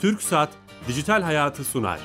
TürkSat Dijital Hayatı sunar.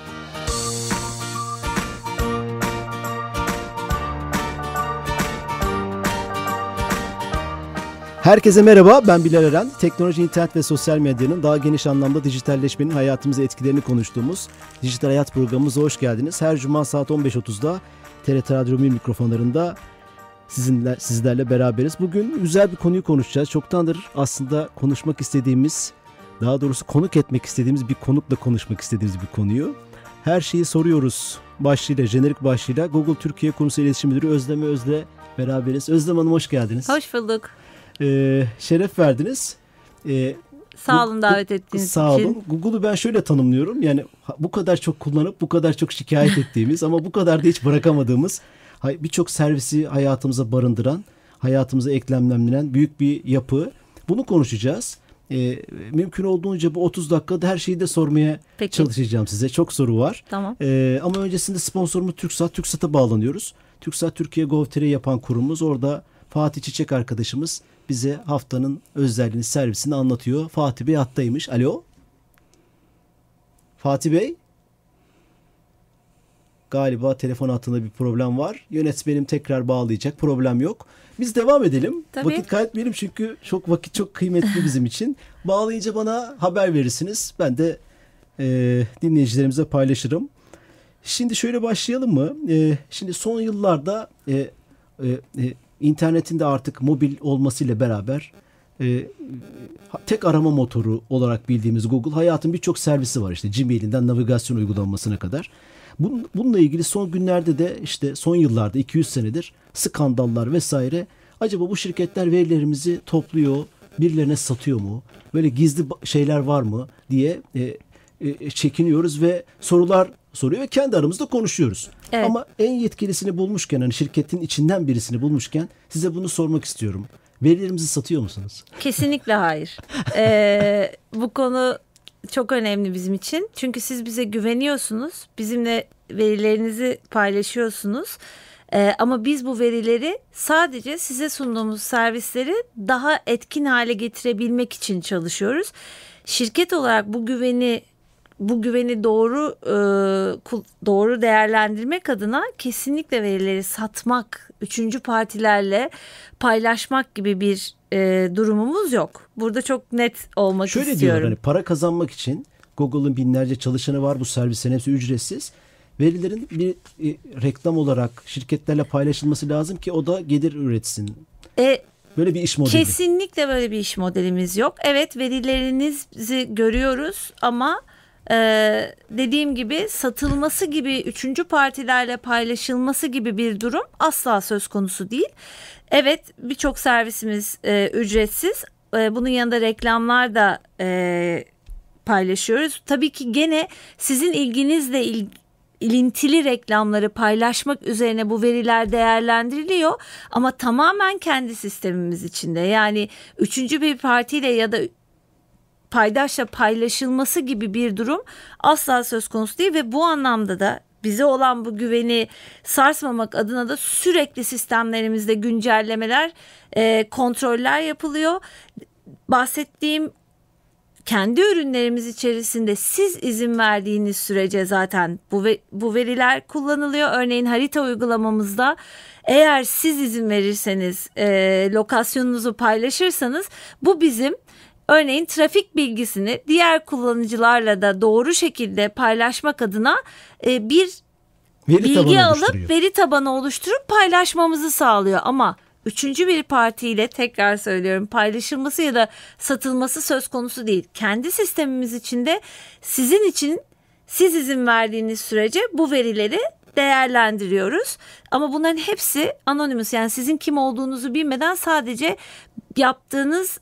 Herkese merhaba, ben Bilal Eren. Teknoloji, internet ve sosyal medyanın daha geniş anlamda dijitalleşmenin hayatımıza etkilerini konuştuğumuz Dijital Hayat programımıza hoş geldiniz. Her cuma saat 15.30'da TRT Radyo 1 mikrofonlarında sizlerle beraberiz. Bugün güzel bir konuyu konuşacağız. Çoktandır aslında konuşmak istediğimiz, daha doğrusu konuk etmek istediğimiz bir konukla konuşmak istediğimiz bir konuyu. Her şeyi soruyoruz başlığıyla, jenerik başlığıyla Google Türkiye Kurumsal İletişim Müdürü Özlem Öz'le beraberiz. Özlem Hanım hoş geldiniz. Hoş bulduk. Şeref verdiniz. Sağ olun davet ettiğiniz için. Sağ olun. Google'u ben şöyle tanımlıyorum. Yani bu kadar çok kullanıp bu kadar çok şikayet ettiğimiz ama bu kadar da hiç bırakamadığımız birçok servisi hayatımıza barındıran, hayatımıza eklemlendiren büyük bir yapı. Bunu konuşacağız. Mümkün olduğunca bu 30 dakikada her şeyi de sormaya çalışacağım size. Çok soru var. Tamam. Ama öncesinde sponsorumuz TürkSat. TürkSat'a bağlanıyoruz. TürkSat Türkiye Gov.tr yapan kurumumuz. Orada Fatih Çiçek arkadaşımız bize haftanın özelliğini, servisini anlatıyor. Fatih Bey hattaymış. Alo. Fatih Bey. Galiba telefon hattında bir problem var. Yönetmenim tekrar bağlayacak. Problem yok. Biz devam edelim. Tabii. Vakit kaybetmeyelim çünkü vakit çok kıymetli bizim için. Bağlayınca bana haber verirsiniz. Ben de dinleyicilerimize paylaşırım. Şimdi şöyle başlayalım mı? Şimdi son yıllarda internetin de artık mobil olmasıyla beraber tek arama motoru olarak bildiğimiz Google hayatın birçok servisi var. İşte Gmail'inden navigasyon uygulamasına kadar. Bununla ilgili son günlerde de işte son yıllarda 200 senedir skandallar vesaire. Acaba bu şirketler verilerimizi topluyor, birilerine satıyor mu? Böyle gizli şeyler var mı diye çekiniyoruz ve sorular soruyor ve kendi aramızda konuşuyoruz. Evet. Ama en yetkilisini bulmuşken, hani şirketin içinden birisini bulmuşken size bunu sormak istiyorum. Verilerimizi satıyor musunuz? Kesinlikle hayır. Bu konu çok önemli bizim için. Çünkü siz bize güveniyorsunuz. Bizimle verilerinizi paylaşıyorsunuz. Ama biz bu verileri sadece size sunduğumuz servisleri daha etkin hale getirebilmek için çalışıyoruz. Şirket olarak bu güveni doğru değerlendirmek adına kesinlikle verileri satmak, üçüncü partilerle paylaşmak gibi bir durumumuz yok. Burada çok net olmak istiyorum. Şöyle diyorlar, hani para kazanmak için Google'ın binlerce çalışanı var, bu servislerin hepsi ücretsiz. Verilerin bir reklam olarak şirketlerle paylaşılması lazım ki o da gelir üretsin. Böyle bir iş modeli. Kesinlikle böyle bir iş modelimiz yok. Evet, verilerinizi görüyoruz ama dediğim gibi satılması gibi, üçüncü partilerle paylaşılması gibi bir durum asla söz konusu değil. Evet, birçok servisimiz ücretsiz. Bunun yanında reklamlar da paylaşıyoruz. Tabii ki gene sizin ilginizle ilintili reklamları paylaşmak üzerine bu veriler değerlendiriliyor ama tamamen kendi sistemimiz içinde. Yani üçüncü bir partiyle ya da paydaşla paylaşılması gibi bir durum asla söz konusu değil ve bu anlamda da bize olan bu güveni sarsmamak adına da sürekli sistemlerimizde güncellemeler, kontroller yapılıyor. Bahsettiğim kendi ürünlerimiz içerisinde siz izin verdiğiniz sürece zaten bu veriler kullanılıyor. Örneğin harita uygulamamızda eğer siz izin verirseniz, lokasyonunuzu paylaşırsanız bu bizim örneğin trafik bilgisini diğer kullanıcılarla da doğru şekilde paylaşmak adına bir bilgi alıp veri tabanı oluşturup paylaşmamızı sağlıyor. Ama üçüncü bir partiyle, tekrar söylüyorum, paylaşılması ya da satılması söz konusu değil. Kendi sistemimiz içinde sizin için siz izin verdiğiniz sürece bu verileri değerlendiriyoruz. Ama bunların hepsi anonymous, yani sizin kim olduğunuzu bilmeden sadece yaptığınız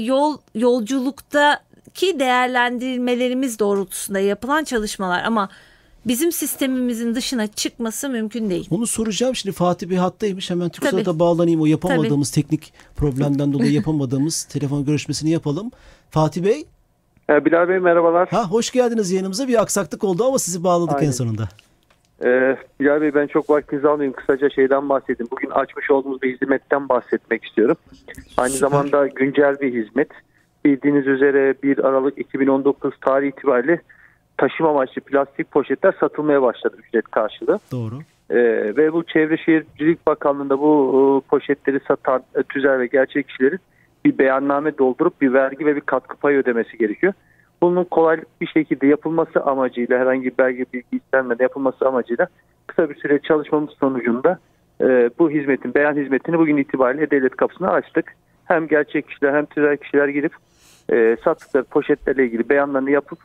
yolculuktaki değerlendirmelerimiz doğrultusunda yapılan çalışmalar ama bizim sistemimizin dışına çıkması mümkün değil. Onu soracağım. Şimdi Fatih Bey hattaymış. Hemen TürkSat'a bağlanayım. O yapamadığımız teknik problemden dolayı yapamadığımız telefon görüşmesini yapalım. Fatih Bey. Bilal Bey merhabalar. Hoş geldiniz yayınımıza. Bir aksaklık oldu ama sizi bağladık. Aynen. En sonunda. Bilal Bey, ben çok vaktinizi almayayım. Kısaca şeyden bahsedeyim. Bugün açmış olduğumuz bir hizmetten bahsetmek istiyorum. Aynı zamanda güncel bir hizmet. bildiğiniz üzere 1 Aralık 2019 tarihi itibariyle taşıma amaçlı plastik poşetler satılmaya başladı ücret karşılığı. Doğru. Ve bu Çevre Şehircilik Bakanlığı'nda bu poşetleri satan tüzel ve gerçek kişilerin bir beyanname doldurup bir vergi ve bir katkı payı ödemesi gerekiyor. Bunun kolaylık bir şekilde yapılması amacıyla, herhangi bir belge bilgi istenmeden yapılması amacıyla kısa bir süre çalışmamız sonucunda bu hizmetin, beyan hizmetini bugün itibariyle devlet kapısına açtık. Hem gerçek kişiler hem tüzel kişiler girip sattıkları poşetlerle ilgili beyanlarını yapıp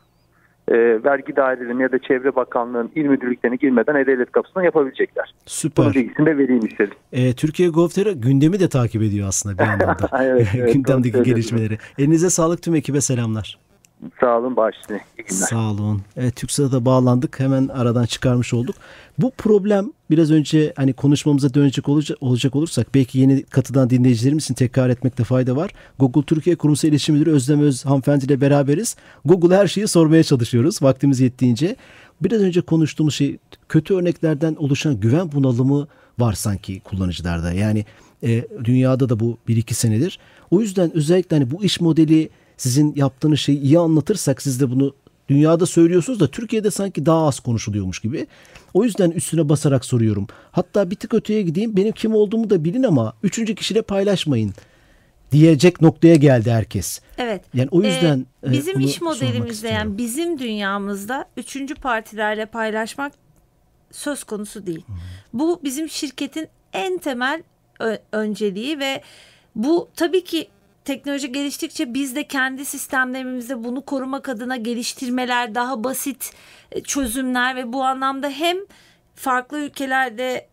vergi dairelerinin ya da Çevre Bakanlığı'nın il müdürlüklerine girmeden devlet kapısına yapabilecekler. Süper. Bunun bilgisini de vereyim istedim. Türkiye Gov.tr gündemi de takip ediyor aslında bir anlamda. Evet, Gündemdeki gelişmeleri. Elinize sağlık, tüm ekibe selamlar. Sağ olun, bağışlayın. İyi günler. Sağ olun. Evet, TürkSat'a da bağlandık. Hemen aradan çıkarmış olduk. Bu problem biraz önce hani konuşmamıza dönecek olacak olursak belki yeni katılan dinleyicilerimiz için tekrar etmekte fayda var. Google Türkiye Kurumsal İletişim Müdürü Özlem Öz hanımefendi ile beraberiz. Google'a her şeyi sormaya çalışıyoruz vaktimiz yettiğince. Biraz önce konuştuğumuz şey, kötü örneklerden oluşan güven bunalımı var sanki kullanıcılarda. Yani dünyada da bu 1-2 senedir. O yüzden özellikle hani bu iş modeli, sizin yaptığınız şeyi iyi anlatırsak, siz de bunu dünyada söylüyorsunuz da Türkiye'de sanki daha az konuşuluyormuş gibi. O yüzden üstüne basarak soruyorum. Hatta bir tık öteye gideyim, benim kim olduğumu da bilin ama 3. kişiyle paylaşmayın diyecek noktaya geldi herkes. Evet. Yani o yüzden bizim bunu iş modelimizde, sormak yani bizim dünyamızda 3. partilerle paylaşmak söz konusu değil. Bu bizim şirketin en temel önceliği ve bu tabii ki teknoloji geliştikçe biz de kendi sistemlerimizde bunu korumak adına geliştirmeler, daha basit çözümler ve bu anlamda hem farklı ülkelerde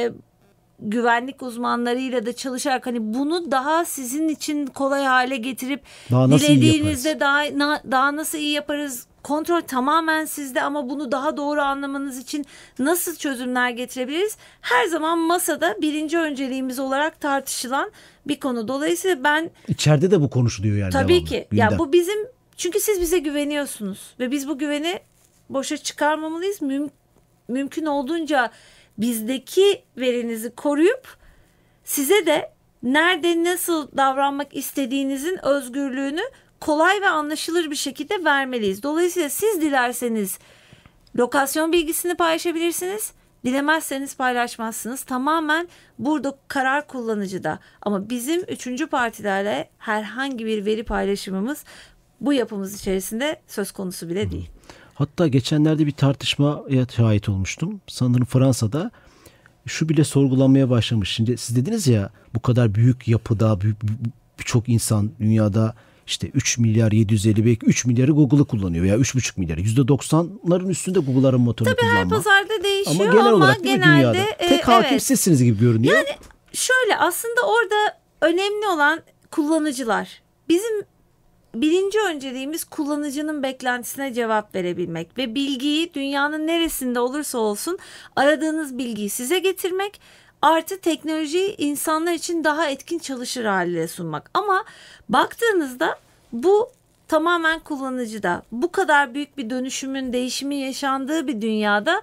güvenlik uzmanlarıyla da çalışarak hani bunu daha sizin için kolay hale getirip daha dilediğinizde daha nasıl iyi yaparız, kontrol tamamen sizde ama bunu daha doğru anlamanız için nasıl çözümler getirebiliriz? Her zaman masada birinci önceliğimiz olarak tartışılan bir konu. Dolayısıyla ben içeride de bu konuşuluyor yani. tabii devamlı, ki. gündem. Ya bu bizim, çünkü siz bize güveniyorsunuz ve biz bu güveni boşa çıkarmamalıyız. Mümkün olduğunca bizdeki verinizi koruyup size de nerede nasıl davranmak istediğinizin özgürlüğünü kolay ve anlaşılır bir şekilde vermeliyiz. Dolayısıyla siz dilerseniz lokasyon bilgisini paylaşabilirsiniz. Dilemezseniz paylaşmazsınız. Tamamen burada karar kullanıcıda. Ama bizim 3. partilerle herhangi bir veri paylaşımımız bu yapımız içerisinde söz konusu bile değil. Hatta geçenlerde bir tartışmaya şahit olmuştum. Sanırım Fransa'da şu bile sorgulanmaya başlamış. Şimdi siz dediniz ya, bu kadar büyük yapıda birçok insan dünyada işte 3 milyar 750 belki 3 milyarı Google'ı kullanıyor veya 3,5 milyarı. %90'ların üstünde Google arama motorunu Tabii kullanma. her pazarda değişiyor ama genel olarak genelde, dünyada tek hakim evet. sizsiniz gibi görünüyor. Yani şöyle, aslında orada önemli olan kullanıcılar. Bizim birinci önceliğimiz kullanıcının beklentisine cevap verebilmek ve bilgiyi dünyanın neresinde olursa olsun aradığınız bilgiyi size getirmek, artı teknolojiyi insanlar için daha etkin çalışır hale sunmak. Ama baktığınızda bu tamamen kullanıcıda. Bu kadar büyük bir dönüşümün, değişimin yaşandığı bir dünyada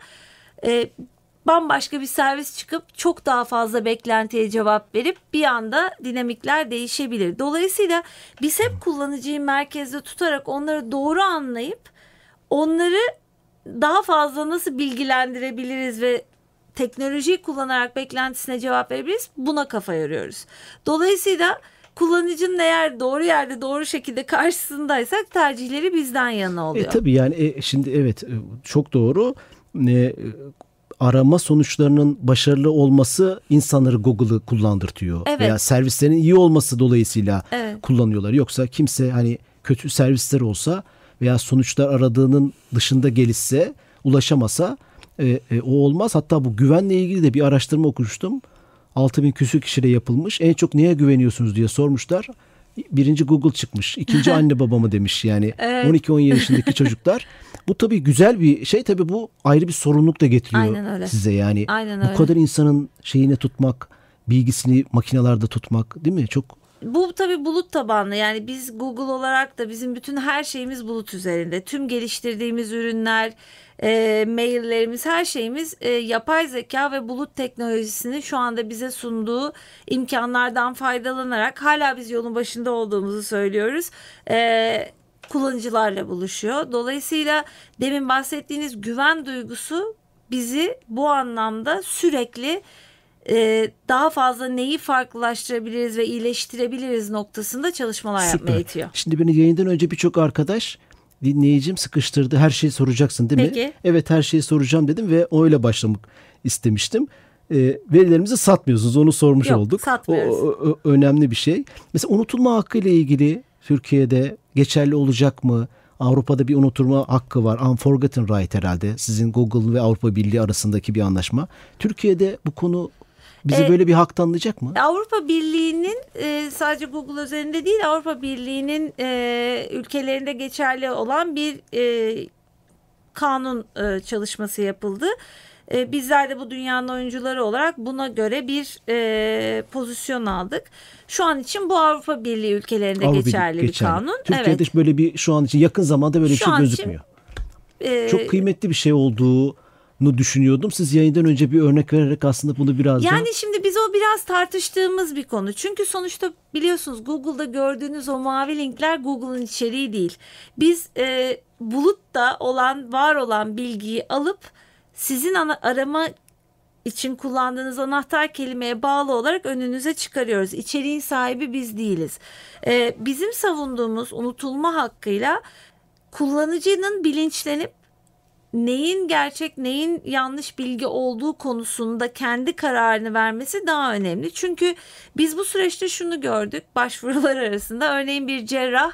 bambaşka bir servis çıkıp çok daha fazla beklentiye cevap verip bir anda dinamikler değişebilir. Dolayısıyla biz hep kullanıcıyı merkezde tutarak onları doğru anlayıp onları daha fazla nasıl bilgilendirebiliriz ve teknolojiyi kullanarak beklentisine cevap verebiliriz, buna kafa yoruyoruz. Dolayısıyla kullanıcının eğer doğru yerde doğru şekilde karşısındaysak tercihleri bizden yana oluyor. Tabii yani şimdi evet, çok doğru. Arama sonuçlarının başarılı olması insanları Google'ı kullandırtıyor. Evet. Veya servislerin iyi olması dolayısıyla Evet. kullanıyorlar. Yoksa kimse hani kötü servisler olsa veya sonuçlar aradığının dışında gelişse, ulaşamasa o olmaz. Hatta bu güvenle ilgili de bir araştırma okumuştum. 6.000 küsur kişiyle yapılmış. En çok neye güveniyorsunuz diye sormuşlar. Birinci Google çıkmış. İkinci anne babamı demiş yani. Evet. 12-17 yaşındaki çocuklar. Bu tabii güzel bir şey. Tabii bu ayrı bir sorumluluk da getiriyor size yani. Aynen bu öyle. kadar insanın şeyini tutmak, bilgisini makinalarda tutmak, değil mi? Çok Bu tabii bulut tabanlı, yani biz Google olarak da bizim bütün her şeyimiz bulut üzerinde. Tüm geliştirdiğimiz ürünler, maillerimiz, her şeyimiz yapay zeka ve bulut teknolojisinin şu anda bize sunduğu imkanlardan faydalanarak, hala biz yolun başında olduğumuzu söylüyoruz, kullanıcılarla buluşuyor. Dolayısıyla demin bahsettiğiniz güven duygusu bizi bu anlamda sürekli daha fazla neyi farklılaştırabiliriz ve iyileştirebiliriz noktasında çalışmalar yapmaya itiyor. Şimdi beni yayından önce birçok arkadaş, dinleyicim sıkıştırdı. Her şeyi soracaksın değil mi? Peki. Evet, her şeyi soracağım dedim ve öyle başlamak istemiştim. Verilerimizi satmıyorsunuz, onu sormuş Yok, olduk. satmıyoruz. O önemli bir şey. Mesela unutulma hakkı ile ilgili Türkiye'de geçerli olacak mı? Avrupa'da bir unutulma hakkı var. Unforgotten Right herhalde. Sizin Google ve Avrupa Birliği arasındaki bir anlaşma. Türkiye'de bu konu bize böyle bir hak tanınacak mı? Avrupa Birliği'nin sadece Google üzerinde değil, Avrupa Birliği'nin ülkelerinde geçerli olan bir kanun çalışması yapıldı. Bizler de bu dünyanın oyuncuları olarak buna göre bir pozisyon aldık. Şu an için bu Avrupa Birliği ülkelerinde geçerli bir kanun. Türkiye'de böyle bir, şu an için yakın zamanda böyle bir şey gözükmüyor. Çok kıymetli bir şey olduğunu düşünüyordum. Siz yayından önce bir örnek vererek aslında bunu biraz da... Yani şimdi biz o biraz tartıştığımız bir konu. Çünkü sonuçta biliyorsunuz Google'da gördüğünüz o mavi linkler Google'ın içeriği değil. Biz bulutta olan, var olan bilgiyi alıp sizin arama için kullandığınız anahtar kelimeye bağlı olarak önünüze çıkarıyoruz. İçeriğin sahibi biz değiliz. Bizim savunduğumuz unutulma hakkıyla kullanıcının bilinçlenip neyin gerçek, neyin yanlış bilgi olduğu konusunda kendi kararını vermesi daha önemli. Çünkü biz bu süreçte şunu gördük başvurular arasında. Örneğin bir cerrah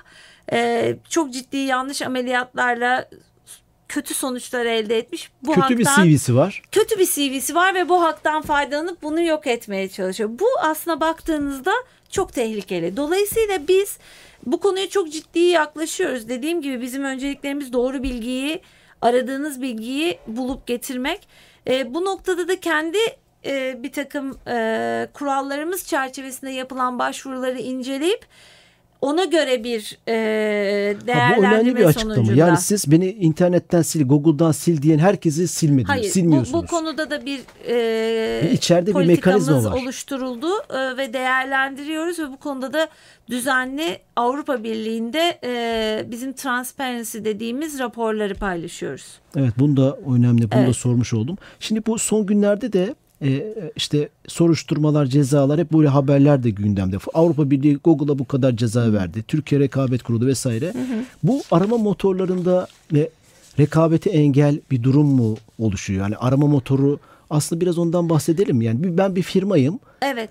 çok ciddi yanlış ameliyatlarla kötü sonuçlar elde etmiş. Kötü bir CV'si var. Kötü bir CV'si var ve bu haktan faydalanıp bunu yok etmeye çalışıyor. Bu aslına baktığınızda çok tehlikeli. Dolayısıyla biz bu konuya çok ciddi yaklaşıyoruz. Dediğim gibi bizim önceliklerimiz doğru bilgiyi, aradığınız bilgiyi bulup getirmek. Bu noktada da kendi bir takım kurallarımız çerçevesinde yapılan başvuruları inceleyip ona göre bir değerlendirme bu önemli bir açıklama. sonucunda. Yani siz beni internetten sil, Google'dan sil diyen herkesi silmiyorsunuz. Hayır, bu konuda da bir içeride bir mekanizma var. oluşturuldu ve değerlendiriyoruz ve bu konuda da düzenli Avrupa Birliği'nde bizim transparency dediğimiz raporları paylaşıyoruz. Evet, bunu da önemli. Bunu da sormuş oldum. Şimdi bu son günlerde de işte soruşturmalar, cezalar, hep böyle haberler de gündemde. Avrupa Birliği Google'a bu kadar ceza verdi. Türkiye rekabet kurulu vesaire. Bu arama motorlarında rekabete engel bir durum mu oluşuyor? Yani arama motoru, aslında biraz ondan bahsedelim. Yani ben bir firmayım. Evet.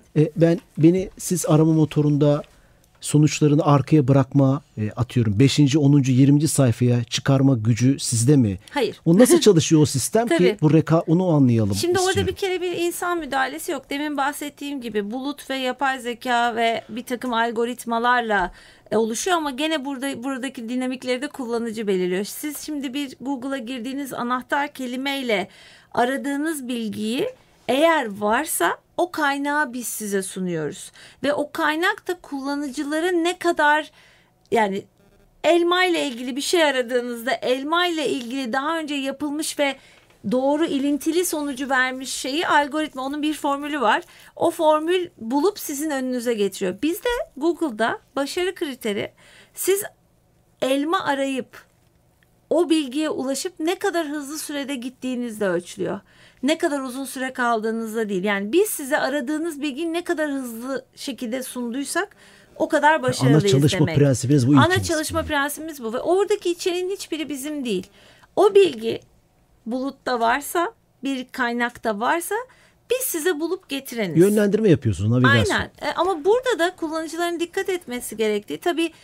Siz arama motorunda sonuçlarını arkaya bırakma, atıyorum 5. 10. 20. sayfaya çıkarma gücü sizde mi? Hayır. O nasıl çalışıyor o sistem ki onu anlayalım. Şimdi istiyorum. orada bir kere bir insan müdahalesi yok. Demin bahsettiğim gibi bulut ve yapay zeka ve bir takım algoritmalarla oluşuyor ama gene buradaki dinamikleri de kullanıcı belirliyor. Siz şimdi bir Google'a girdiğiniz anahtar kelimeyle aradığınız bilgiyi, eğer varsa o kaynağı biz size sunuyoruz. Ve o kaynak da kullanıcılara ne kadar, yani elma ile ilgili bir şey aradığınızda elma ile ilgili daha önce yapılmış ve doğru ilintili sonucu vermiş şeyi algoritma, onun bir formülü var. O formül bulup sizin önünüze getiriyor. Bizde Google'da başarı kriteri siz elma arayıp o bilgiye ulaşıp ne kadar hızlı sürede gittiğinizle ölçülüyor. Ne kadar uzun süre kaldığınızda değil. Yani biz size aradığınız bilgiyi ne kadar hızlı şekilde sunduysak o kadar başarılıyız demek. Ana çalışma prensibimiz bu. Ana çalışma prensibimiz bu ve oradaki içeriğin hiçbiri bizim değil. O bilgi bulutta varsa, bir kaynakta varsa biz size bulup getireniz. Yönlendirme yapıyorsunuz, navigasyon. Aynen. Ama burada da kullanıcıların dikkat etmesi gerektiği, tabii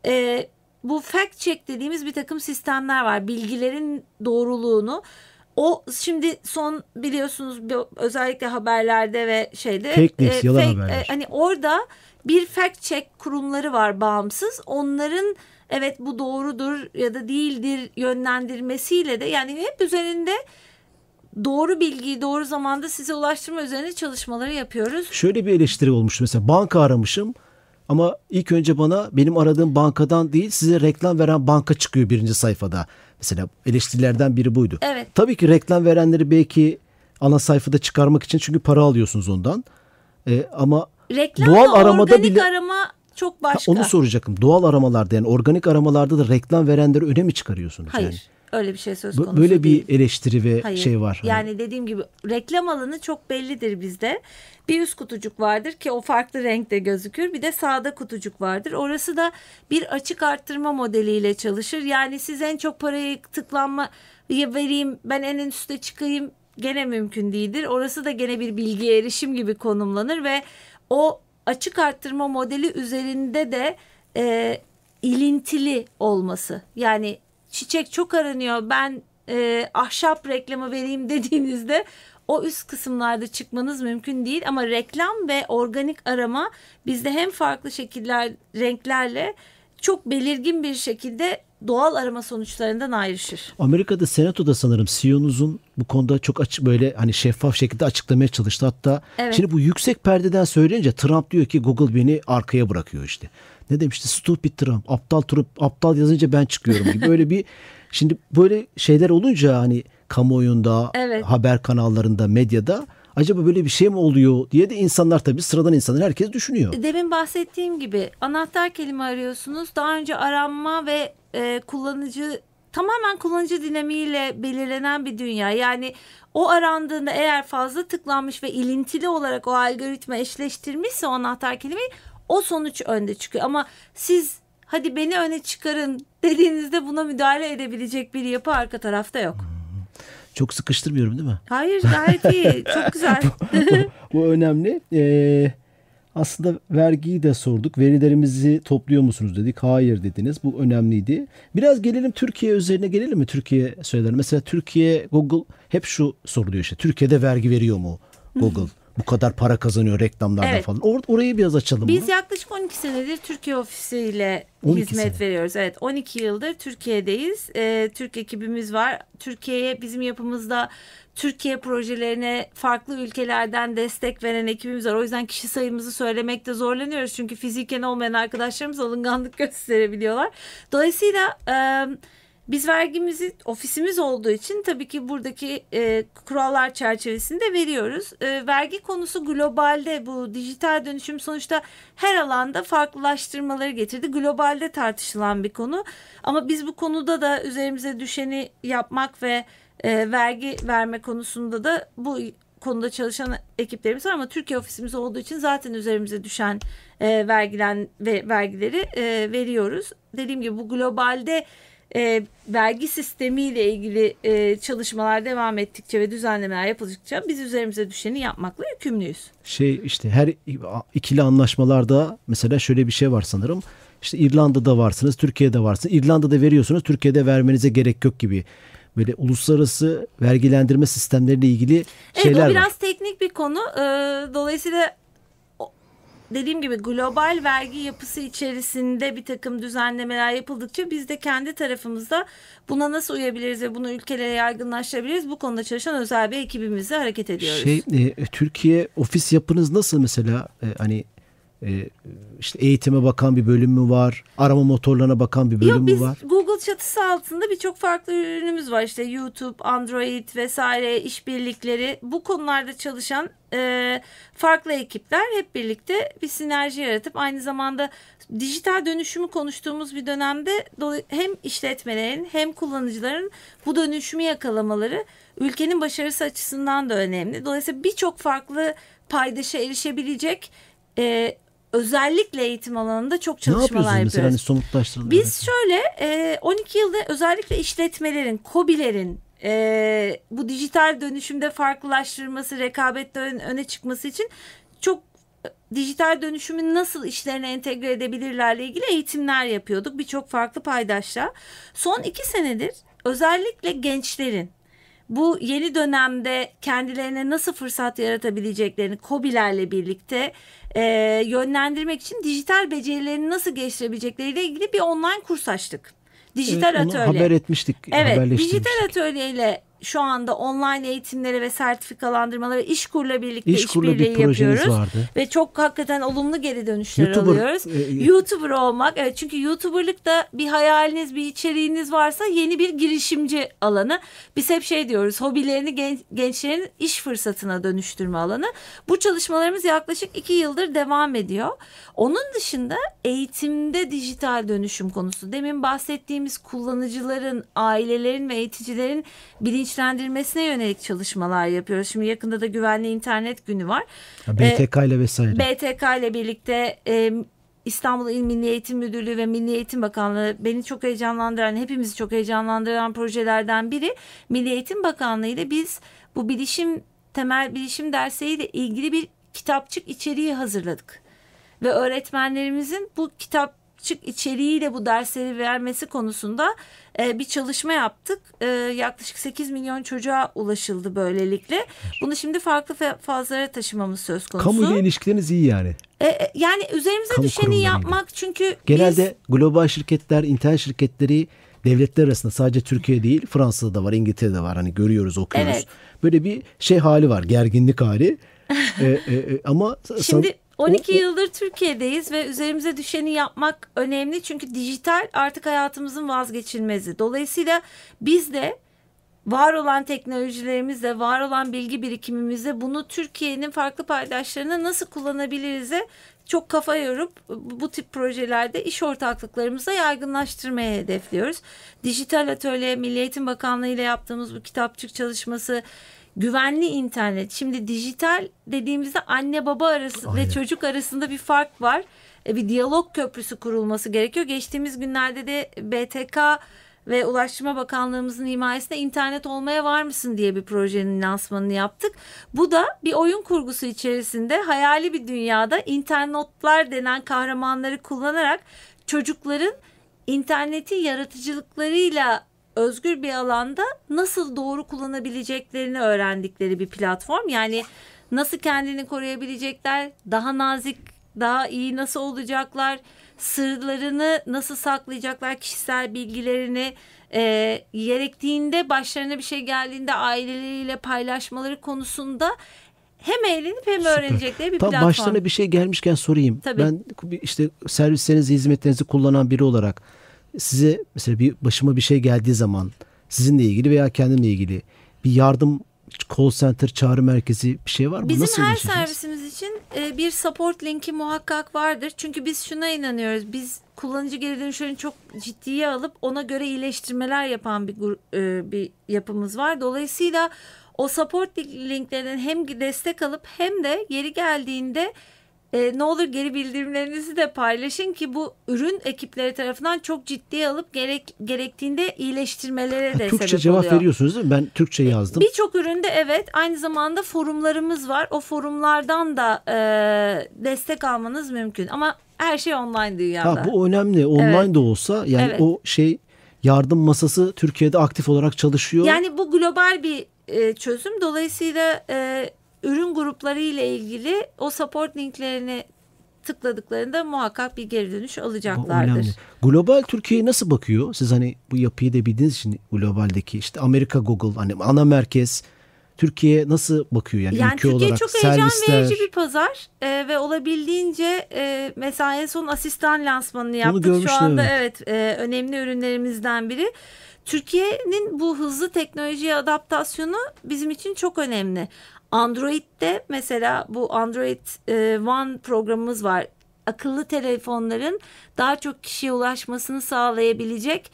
bu fact check dediğimiz bir takım sistemler var. Bilgilerin doğruluğunu. O şimdi son biliyorsunuz özellikle haberlerde ve fake news, yalan haberler. Hani orada bir fact check kurumları var, bağımsız. Onların evet bu doğrudur ya da değildir yönlendirmesiyle de, yani hep üzerinde doğru bilgiyi doğru zamanda size ulaştırma üzerine çalışmaları yapıyoruz. Şöyle bir eleştiri olmuştu. Mesela banka aramışım. Ama ilk önce bana benim aradığım bankadan değil, size reklam veren banka çıkıyor birinci sayfada. Mesela eleştirilerden biri buydu. Evet. Tabii ki reklam verenleri belki ana sayfada çıkarmak için, çünkü para alıyorsunuz ondan. Ama Reklamla doğal aramada organik bile arama çok başka. onu soracaktım. Doğal aramalarda, yani organik aramalarda da reklam verenleri öne mi çıkarıyorsunuz? Hayır. Yani? Öyle bir şey söz konusu Böyle değil. bir eleştiri ve Hayır. şey var. Yani dediğim gibi reklam alanı çok bellidir bizde. Bir üst kutucuk vardır ki o farklı renkte gözükür. Bir de sağda kutucuk vardır. Orası da bir açık arttırma modeliyle çalışır. Yani siz en çok parayı tıklanma vereyim, ben en üste çıkayım gene mümkün değildir. Orası da gene bir bilgiye erişim gibi konumlanır ve o açık arttırma modeli üzerinde de ilintili olması. Yani çiçek çok aranıyor, ben ahşap reklamı vereyim dediğinizde o üst kısımlarda çıkmanız mümkün değil. Ama reklam ve organik arama bizde hem farklı şekiller, renklerle çok belirgin bir şekilde doğal arama sonuçlarından ayrışır. Amerika'da Senato'da sanırım CEO'nuzun bu konuda çok açık, böyle hani şeffaf şekilde açıklamaya çalıştı. Hatta Evet. şimdi bu yüksek perdeden söyleyince Trump diyor ki Google beni arkaya bırakıyor işte. Ne demişti? Stupid Trump. Aptal yazınca ben çıkıyorum gibi. Böyle bir, şimdi böyle şeyler olunca hani kamuoyunda, Evet. haber kanallarında, medyada acaba böyle bir şey mi oluyor diye de insanlar, tabii sıradan insanlar, herkes düşünüyor. Demin bahsettiğim gibi anahtar kelime arıyorsunuz. Daha önce aranma ve tamamen kullanıcı dinamiğiyle belirlenen bir dünya. Yani o arandığında eğer fazla tıklanmış ve ilintili olarak o algoritma eşleştirmişse o anahtar kelimeyi, o sonuç önde çıkıyor. Ama siz hadi beni öne çıkarın dediğinizde buna müdahale edebilecek bir yapı arka tarafta yok. Çok sıkıştırmıyorum değil mi? Hayır, gayet iyi. Çok güzel. Bu önemli. Aslında vergiyi de sorduk. Verilerimizi topluyor musunuz dedik. Hayır dediniz. Bu önemliydi. Biraz gelelim Türkiye üzerine, gelelim mi Türkiye söylerim. Mesela Türkiye, Google hep şu soruluyor işte. Türkiye'de vergi veriyor mu Google? Bu kadar para kazanıyor reklamlardan Evet. falan. Orayı biraz açalım Biz mı? yaklaşık 12 senedir Türkiye ofisiyle 12 hizmet sene. veriyoruz. Evet, 12 yıldır Türkiye'deyiz. Türk ekibimiz var. Türkiye'ye bizim yapımızda Türkiye projelerine farklı ülkelerden destek veren ekibimiz var. O yüzden kişi sayımızı söylemekte zorlanıyoruz. Çünkü fiziken olmayan arkadaşlarımız alınganlık gösterebiliyorlar. Dolayısıyla biz vergimizi ofisimiz olduğu için tabii ki buradaki kurallar çerçevesinde veriyoruz. Vergi konusu globalde, bu dijital dönüşüm sonuçta her alanda farklılaştırmaları getirdi. Globalde tartışılan bir konu. Ama biz bu konuda da üzerimize düşeni yapmak ve vergi verme konusunda da bu konuda çalışan ekiplerimiz var. Ama Türkiye ofisimiz olduğu için zaten üzerimize düşen vergileri veriyoruz. Dediğim gibi bu globalde vergi sistemiyle ilgili çalışmalar devam ettikçe ve düzenlemeler yapıldıkça biz üzerimize düşeni yapmakla yükümlüyüz. İşte her ikili anlaşmalarda mesela şöyle bir şey var sanırım. İşte İrlanda'da varsınız, Türkiye'de varsınız. İrlanda'da veriyorsunuz, Türkiye'de vermenize gerek yok gibi. Böyle uluslararası vergilendirme sistemleriyle ilgili şeyler bu var. biraz teknik bir konu. Dolayısıyla dediğim gibi global vergi yapısı içerisinde bir takım düzenlemeler yapıldıkça biz de kendi tarafımızda buna nasıl uyabiliriz ve bunu ülkelere yaygınlaştırabiliriz, bu konuda çalışan özel bir ekibimizle hareket ediyoruz. Türkiye ofis yapınız nasıl mesela? Hani işte eğitime bakan bir bölüm mü var? Arama motorlarına bakan bir bölüm mü var? Biz Google çatısı altında birçok farklı ürünümüz var. İşte YouTube, Android vesaire işbirlikleri, bu konularda çalışan farklı ekipler hep birlikte bir sinerji yaratıp aynı zamanda dijital dönüşümü konuştuğumuz bir dönemde hem işletmelerin hem kullanıcıların bu dönüşümü yakalamaları ülkenin başarısı açısından da önemli. Dolayısıyla birçok farklı paydaşa erişebilecek özellikle eğitim alanında çok çalışmalar yapıyorsunuz mesela, hani yapıyoruz. somutlaştıralım. Biz şöyle 12 yılda özellikle işletmelerin, KOBİ'lerin bu dijital dönüşümde farklılaştırması, rekabette öne çıkması için çok dijital dönüşümün nasıl işlerine entegre edebilirlerle ilgili eğitimler yapıyorduk birçok farklı paydaşla. Son 2 senedir özellikle gençlerin bu yeni dönemde kendilerine nasıl fırsat yaratabileceklerini KOBİ'lerle birlikte yönlendirmek için dijital becerilerini nasıl geliştirebilecekleriyle ilgili bir online kurs açtık. Dijital onu atölye. haber etmiştik. Evet, haberleştirmiştik. dijital atölyeyle şu anda online eğitimlere ve sertifikalandırmalara İşkur'la birlikte İşkur'la bir işbirliği projeniz yapıyoruz. vardı. Ve çok hakikaten olumlu geri dönüşler YouTuber, alıyoruz. YouTuber olmak. Evet, çünkü YouTuber'lıkta bir hayaliniz, bir içeriğiniz varsa yeni bir girişimci alanı. Biz hep şey diyoruz, hobilerini gençlerin iş fırsatına dönüştürme alanı. Bu çalışmalarımız yaklaşık 2 yıldır devam ediyor. Onun dışında eğitimde dijital dönüşüm konusu. Demin bahsettiğimiz kullanıcıların, ailelerin ve eğiticilerin bilinçlendirmesine yönelik çalışmalar yapıyoruz. Şimdi yakında da Güvenli İnternet Günü var. BTK ile vesaire. BTK ile birlikte İstanbul İl Milli Eğitim Müdürlüğü ve Milli Eğitim Bakanlığı, beni çok heyecanlandıran, hepimizi çok heyecanlandıran projelerden biri. Milli Eğitim Bakanlığı ile biz bu temel bilişim dersleriyle ilgili bir kitapçık içeriği hazırladık. Ve öğretmenlerimizin bu kitapçık içeriğiyle bu dersleri vermesi konusunda bir çalışma yaptık. Yaklaşık 8 milyon çocuğa ulaşıldı böylelikle. Bunu şimdi farklı fazlara taşımamız söz konusu. Kamuyla ilişkileriniz iyi yani. Yani üzerimize Kamu düşeni yapmak, çünkü genelde global şirketler, internet şirketleri devletler arasında, sadece Türkiye değil, Fransa'da da var, İngiltere'de var. Hani görüyoruz, okuyoruz. Evet. Böyle bir hali var, gerginlik hali. Ama şimdi 12 yıldır Türkiye'deyiz ve üzerimize düşeni yapmak önemli. Çünkü dijital artık hayatımızın vazgeçilmezi. Dolayısıyla biz de var olan teknolojilerimizle, var olan bilgi birikimimizle bunu Türkiye'nin farklı paydaşlarına nasıl kullanabiliriz'e çok kafa yorup bu tip projelerde iş ortaklıklarımızı yaygınlaştırmaya hedefliyoruz. Dijital Atölye, Milli Eğitim Bakanlığı ile yaptığımız bu kitapçık çalışması, güvenli internet. Şimdi dijital dediğimizde anne baba arası ve çocuk arasında bir fark var. Bir diyalog köprüsü kurulması gerekiyor. Geçtiğimiz günlerde de BTK ve Ulaştırma Bakanlığımızın himayesinde internet olmaya var mısın diye bir projenin lansmanını yaptık. Bu da bir oyun kurgusu içerisinde hayali bir dünyada internotlar denen kahramanları kullanarak çocukların interneti yaratıcılıklarıyla özgür bir alanda nasıl doğru kullanabileceklerini öğrendikleri bir platform. Yani nasıl kendini koruyabilecekler, daha nazik, daha iyi nasıl olacaklar, sırlarını nasıl saklayacaklar, kişisel bilgilerini gerektiğinde, başlarına bir şey geldiğinde aileleriyle paylaşmaları konusunda hem eğlenip hem öğrenecekleri bir platform. Başlarına bir şey gelmişken sorayım. Tabii. Ben işte servislerinizi, hizmetlerinizi kullanan biri olarak size mesela başıma bir şey geldiği zaman, sizinle ilgili veya kendimle ilgili bir yardım call center, çağrı merkezi bir şey var mı? Bizim nasıl her ulaşacağız? servisimiz için bir support linki muhakkak vardır. Çünkü biz şuna inanıyoruz. Biz kullanıcı geri dönüşlerini çok ciddiye alıp ona göre iyileştirmeler yapan bir yapımız var. Dolayısıyla o support linklerinden hem destek alıp hem de yeri geldiğinde ne olur geri bildirimlerinizi de paylaşın ki bu ürün ekipleri tarafından çok ciddiye alıp gerektiğinde iyileştirmelere de sebep oluyor. Türkçe cevap veriyorsunuz değil mi? Ben Türkçe yazdım. Birçok üründe evet. Aynı zamanda forumlarımız var. O forumlardan da destek almanız mümkün. Ama her şey online dünyada. Bu önemli. Online de olsa yani Evet. o yardım masası Türkiye'de aktif olarak çalışıyor. Yani bu global bir çözüm. Dolayısıyla ürün grupları ile ilgili o support linklerini tıkladıklarında muhakkak bir geri dönüş alacaklardır. Önemli. Global Türkiye'ye nasıl bakıyor? Siz hani bu yapıyı da bildiğiniz için globaldeki işte Amerika, Google, hani ana merkez Türkiye nasıl bakıyor yani ülke Türkiye olarak? çok heyecan verici bir pazar ve olabildiğince mesela en son asistan lansmanını yaptık. Şu anda evet önemli ürünlerimizden biri. Türkiye'nin bu hızlı teknolojiye adaptasyonu bizim için çok önemli. Android'de mesela bu Android One programımız var. Akıllı telefonların daha çok kişiye ulaşmasını sağlayabilecek,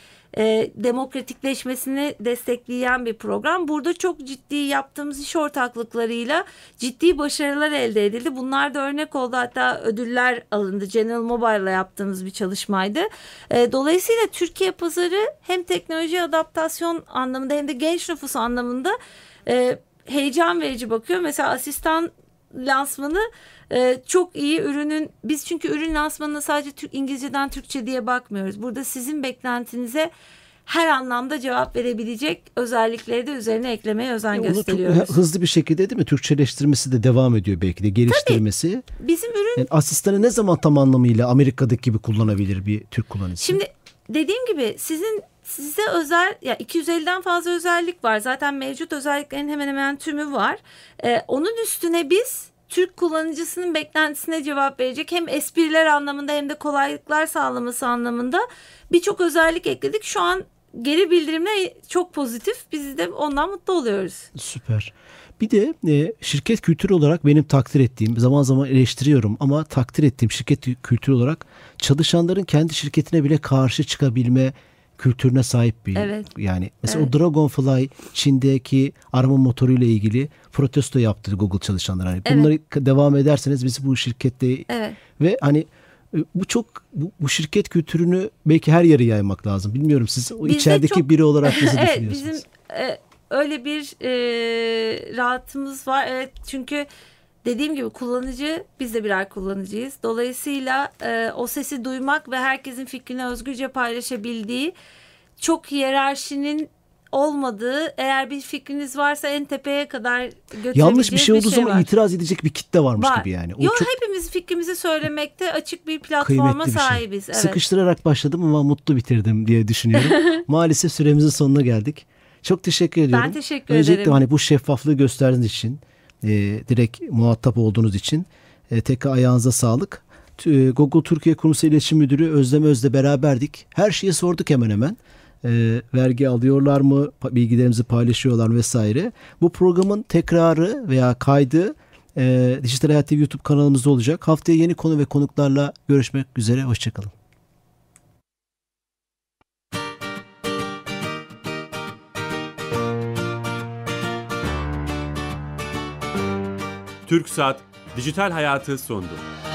demokratikleşmesini destekleyen bir program. Burada çok ciddi yaptığımız iş ortaklıklarıyla ciddi başarılar elde edildi. Bunlar da örnek oldu. Hatta ödüller alındı. General Mobile'la yaptığımız bir çalışmaydı. Dolayısıyla Türkiye pazarı hem teknoloji adaptasyon anlamında hem de genç nüfus anlamında heyecan verici bakıyor. Mesela asistan lansmanı çok iyi ürünün. Biz çünkü ürün lansmanına sadece İngilizceden Türkçe diye bakmıyoruz. Burada sizin beklentinize her anlamda cevap verebilecek özellikleri de üzerine eklemeye özen gösteriyoruz. Çok hızlı bir şekilde değil mi? Türkçeleştirmesi de devam ediyor belki de, geliştirmesi. Tabii. Bizim ürün... Yani asistanı ne zaman tam anlamıyla Amerika'daki gibi kullanabilir bir Türk kullanıcısı? Şimdi dediğim gibi sizin size özel ya 250'den fazla özellik var. Zaten mevcut özelliklerin hemen hemen tümü var. Onun üstüne biz Türk kullanıcısının beklentisine cevap verecek hem espriler anlamında hem de kolaylıklar sağlaması anlamında birçok özellik ekledik. Şu an geri bildirimler çok pozitif. Biz de ondan mutlu oluyoruz. Süper. Bir de şirket kültürü olarak benim takdir ettiğim, zaman zaman eleştiriyorum ama takdir ettiğim şirket kültürü olarak çalışanların kendi şirketine bile karşı çıkabilme kültürüne sahip bir. Evet. Yani mesela o Dragonfly Çin'deki arama motoruyla ilgili protesto yaptı Google çalışanları. Hani bunları devam ederseniz biz bu şirkette ve hani bu şirket kültürünü belki her yere yaymak lazım. Bilmiyorum siz o içerideki biri olarak nasıl düşünüyorsunuz? Bizim öyle bir rahatımız var. Evet, çünkü dediğim gibi kullanıcı, biz de birer kullanıcıyız. Dolayısıyla o sesi duymak ve herkesin fikrini özgürce paylaşabildiği, çok hiyerarşinin olmadığı, eğer bir fikriniz varsa en tepeye kadar götürebileceğiniz yanlış bir şey olduğu zaman var. itiraz edecek bir kitle varmış gibi yani. Yok, hepimiz fikrimizi söylemekte açık bir platforma sahibiz. Şey. Evet. Sıkıştırarak başladım ama mutlu bitirdim diye düşünüyorum. Maalesef süremizin sonuna geldik. Çok teşekkür ediyorum. Ben teşekkür ederim. Öncelikle hani bu şeffaflığı gösterdiğiniz için, direkt muhatap olduğunuz için tekrar ayağınıza sağlık. Google Türkiye Kurumsal İletişim Müdürü Özlem Öz'le beraberdik. Her şeyi sorduk hemen hemen. Vergi alıyorlar mı, bilgilerimizi paylaşıyorlar vesaire. Bu programın tekrarı veya kaydı Dijital Hayat TV YouTube kanalımızda olacak. Haftaya yeni konu ve konuklarla görüşmek üzere. Hoşçakalın. TürkSat Dijital Hayatı sundu.